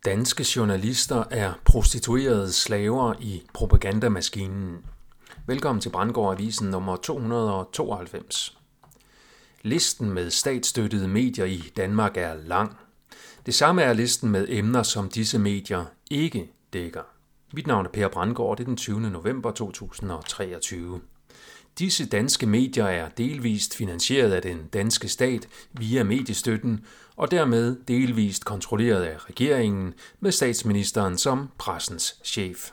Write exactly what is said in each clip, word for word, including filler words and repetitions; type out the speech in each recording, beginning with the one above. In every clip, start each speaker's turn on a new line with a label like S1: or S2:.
S1: Danske journalister er prostituerede slaver i propagandamaskinen. Velkommen til Brandgård Avisen nummer to hundrede og tooghalvfems. Listen med statsstøttede medier i Danmark er lang. Det samme er listen med emner, som disse medier ikke dækker. Mit navn er Per Brandgård, det er den tyvende november to tusind og treogtyve. Disse danske medier er delvist finansieret af den danske stat via mediestøtten, og dermed delvist kontrolleret af regeringen med statsministeren som pressens chef.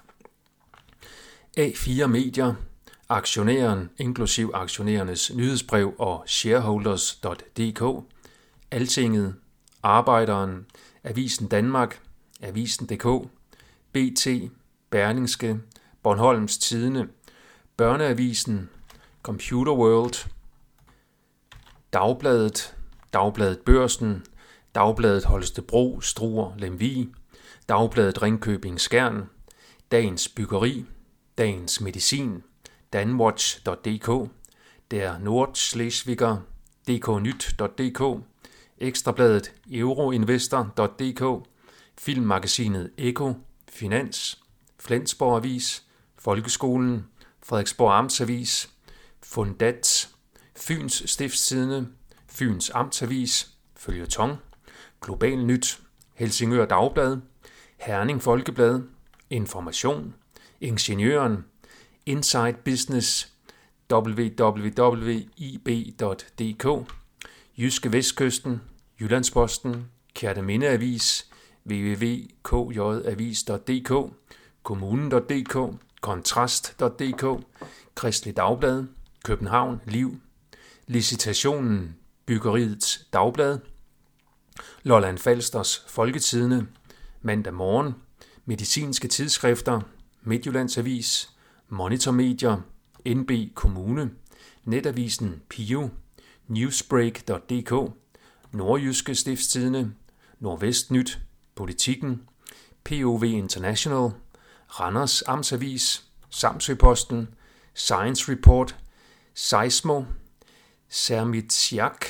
S1: A fire Medier, Aktionæren, inklusiv aktionærernes nyhedsbrev og shareholders punktum d k, Altinget, Arbejderen, Avisen Danmark, Avisen punktum d k, B T, Berlingske, Bornholms Tidende, Børneavisen, Computer World, Dagbladet, Dagbladet Børsen, Dagbladet Holstebro, Struer, Lemvig, Dagbladet Ringkøbing Skjern, Dagens Byggeri, Dagens Medicin, Danwatch punktum d k, Der Nordschleswiger, d k nyt punktum d k, Ekstrabladet Euroinvestor punktum d k, Filmmagasinet Ekko, Finans, Flensborg Avis, Folkeskolen, Frederiksborg Amtsavis, Fundat, Fyns Stiftstidende, Fyns Amtsavis, Føljeton, Global Nyt, Helsingør Dagblad, Herning Folkeblad, Information, Ingeniøren, Inside Business, w w w punktum i b punktum d k, Jyske Vestkysten, Jyllandsposten, Kærteminde Avis, w w w punktum k j avis punktum d k, Kommunen punktum d k, Kontrast punktum d k, Kristelig Dagblad, København Liv, Licitationen, Byggeriets Dagblad, Lolland Falsters Folketidende, Mandag Morgen, Medicinske Tidsskrifter, Midtjyllands Avis, Monitor Medier, N B Kommune, Netavisen Pio, Newsbreak punktum d k, Nordjyske Stiftstidende, Nordvestnyt, Politikken, P O V International, Randers Amtsavis, Samsø-Posten, Science Report, Seismo, Sermitsiaq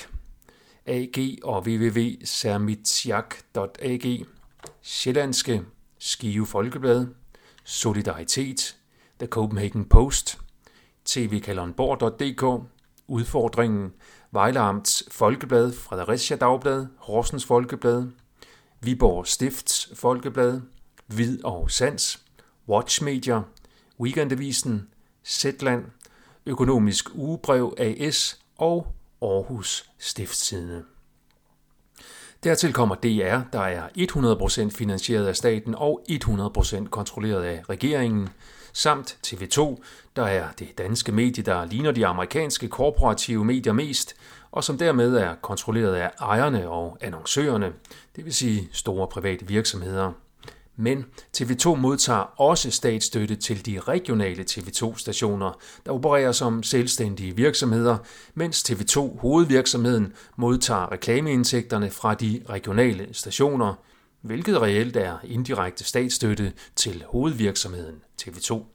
S1: A G og w w w punktum sermitsiaq punktum a g, Sjællandske, Skive Folkeblad, Solidaritet, The Copenhagen Post, T V Kalundborg punktum d k, Udfordringen, Vejle Amts Folkeblad, Fredericia Dagblad, Horsens Folkeblad, Viborg Stifts Folkeblad, Hvid og Sans, Watch Medier, Weekendavisen, Zetland, Økonomisk Ugebrev A S og Aarhus Stiftstidende. Dertil kommer D R, der er hundrede procent finansieret af staten og hundrede procent kontrolleret af regeringen, samt T V to, der er det danske medie, der ligner de amerikanske korporative medier mest, og som dermed er kontrolleret af ejerne og annoncørerne, det vil sige store private virksomheder. Men T V to modtager også statsstøtte til de regionale T V to-stationer, der opererer som selvstændige virksomheder, mens T V to hovedvirksomheden modtager reklameindtægterne fra de regionale stationer, hvilket reelt er indirekte statsstøtte til hovedvirksomheden T V to.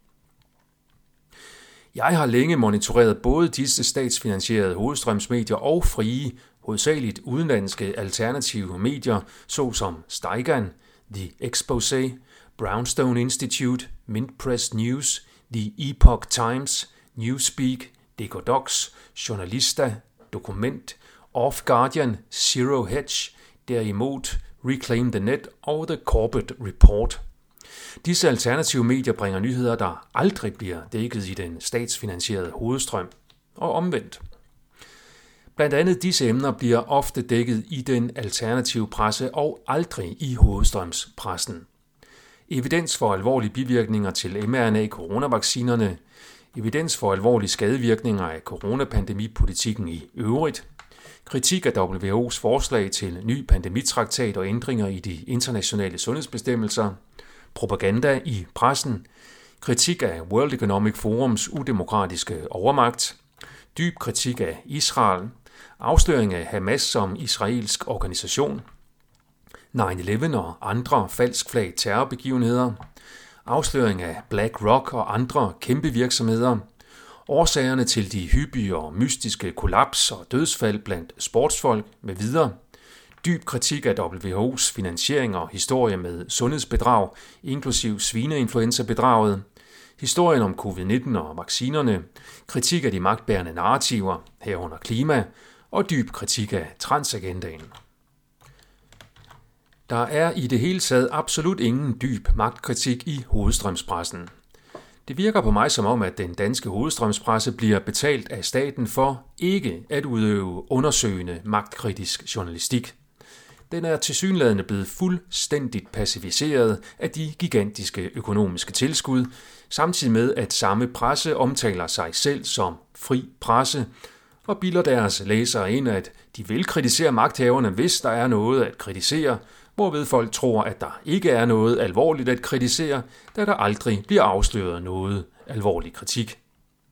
S1: Jeg har længe monitoreret både disse statsfinansierede hovedstrømsmedier og frie, hovedsageligt udenlandske alternative medier, såsom Steigan, The Exposé, Brownstone Institute, Mint Press News, The Epoch Times, Newspeak, Decodox, Journalista, Dokument, Off Guardian, Zero Hedge, derimod Reclaim the Net og The Corporate Report. Disse alternative medier bringer nyheder, der aldrig bliver dækket i den statsfinansierede hovedstrøm, og omvendt. Blandt andet disse emner bliver ofte dækket i den alternative presse og aldrig i hovedstrømspressen. Evidens for alvorlige bivirkninger til mRNA-coronavaccinerne, evidens for alvorlige skadevirkninger af coronapandemipolitikken i øvrigt, kritik af W H O's forslag til ny pandemitraktat og ændringer i de internationale sundhedsbestemmelser, propaganda i pressen, kritik af World Economic Forums udemokratiske overmagt, dyb kritik af Israel, afsløring af Hamas som israelsk organisation, nine eleven og andre falsk flag terrorbegivenheder, afsløring af Black Rock og andre kæmpe virksomheder, årsagerne til de hyppige og mystiske kollaps og dødsfald blandt sportsfolk med videre, dyb kritik af W H O's finansiering og historie med sundhedsbedrag, inklusiv svineinfluenza-bedraget, historien om covid nitten og vaccinerne, kritik af de magtbærende narrativer, herunder klima, og dyb kritik af transagendaen. Der er i det hele taget absolut ingen dyb magtkritik i hovedstrømspressen. Det virker på mig som om, at den danske hovedstrømspresse bliver betalt af staten for ikke at udøve undersøgende magtkritisk journalistik. Den er tilsyneladende blevet fuldstændigt pacificeret af de gigantiske økonomiske tilskud, samtidig med at samme presse omtaler sig selv som fri presse og bilder deres læsere ind, at de vil kritisere magthaverne, hvis der er noget at kritisere, hvorved folk tror, at der ikke er noget alvorligt at kritisere, da der aldrig bliver afsløret noget alvorlig kritik.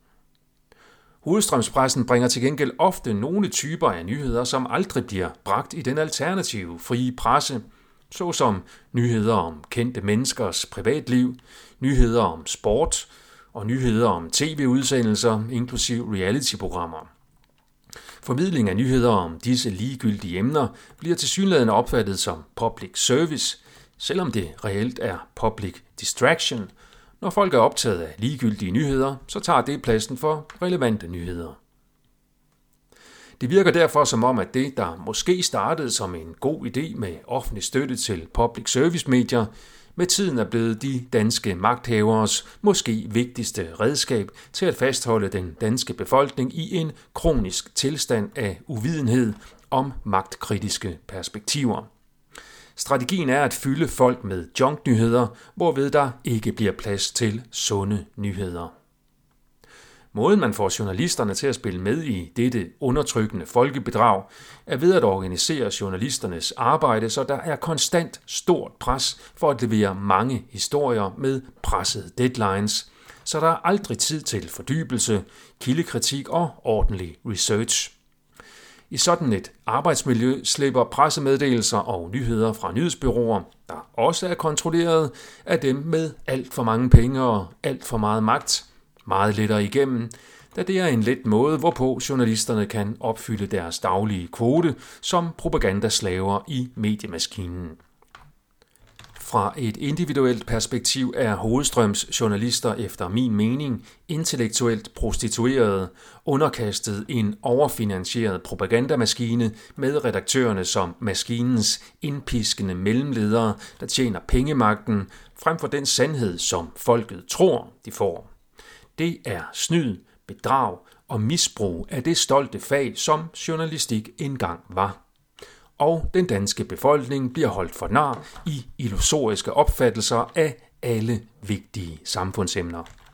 S1: Hovedstrømspressen bringer til gengæld ofte nogle typer af nyheder, som aldrig bliver bragt i den alternative frie presse, såsom nyheder om kendte menneskers privatliv, nyheder om sport og nyheder om tv-udsendelser, inklusiv reality-programmer. Formidling af nyheder om disse ligegyldige emner bliver tilsyneladende opfattet som public service, selvom det reelt er public distraction. Når folk er optaget af ligegyldige nyheder, så tager det pladsen for relevante nyheder. Det virker derfor som om, at det, der måske startede som en god idé med offentlig støtte til public service medier, med tiden er blevet de danske magthaveres måske vigtigste redskab til at fastholde den danske befolkning i en kronisk tilstand af uvidenhed om magtkritiske perspektiver. Strategien er at fylde folk med junknyheder, hvorved der ikke bliver plads til sunde nyheder. Måden man får journalisterne til at spille med i dette undertrykkende folkebedrag, er ved at organisere journalisternes arbejde, så der er konstant stort pres for at levere mange historier med pressede deadlines, så der er aldrig tid til fordybelse, kildekritik og ordentlig research. I sådan et arbejdsmiljø slipper pressemeddelelser og nyheder fra nyhedsbureauer, der også er kontrolleret af dem med alt for mange penge og alt for meget magt, meget lettere igennem, da det er en let måde, hvorpå journalisterne kan opfylde deres daglige kvote som propagandaslaver i mediemaskinen. Fra et individuelt perspektiv er Hovedstrøms journalister efter min mening intellektuelt prostituerede, underkastet en overfinansieret propagandamaskine med redaktørerne som maskinens indpiskende mellemledere, der tjener pengemagten, frem for den sandhed, som folket tror, de får. Det er snyd, bedrag og misbrug af det stolte fag, som journalistik engang var. Og den danske befolkning bliver holdt for nar i illusoriske opfattelser af alle vigtige samfundsemner.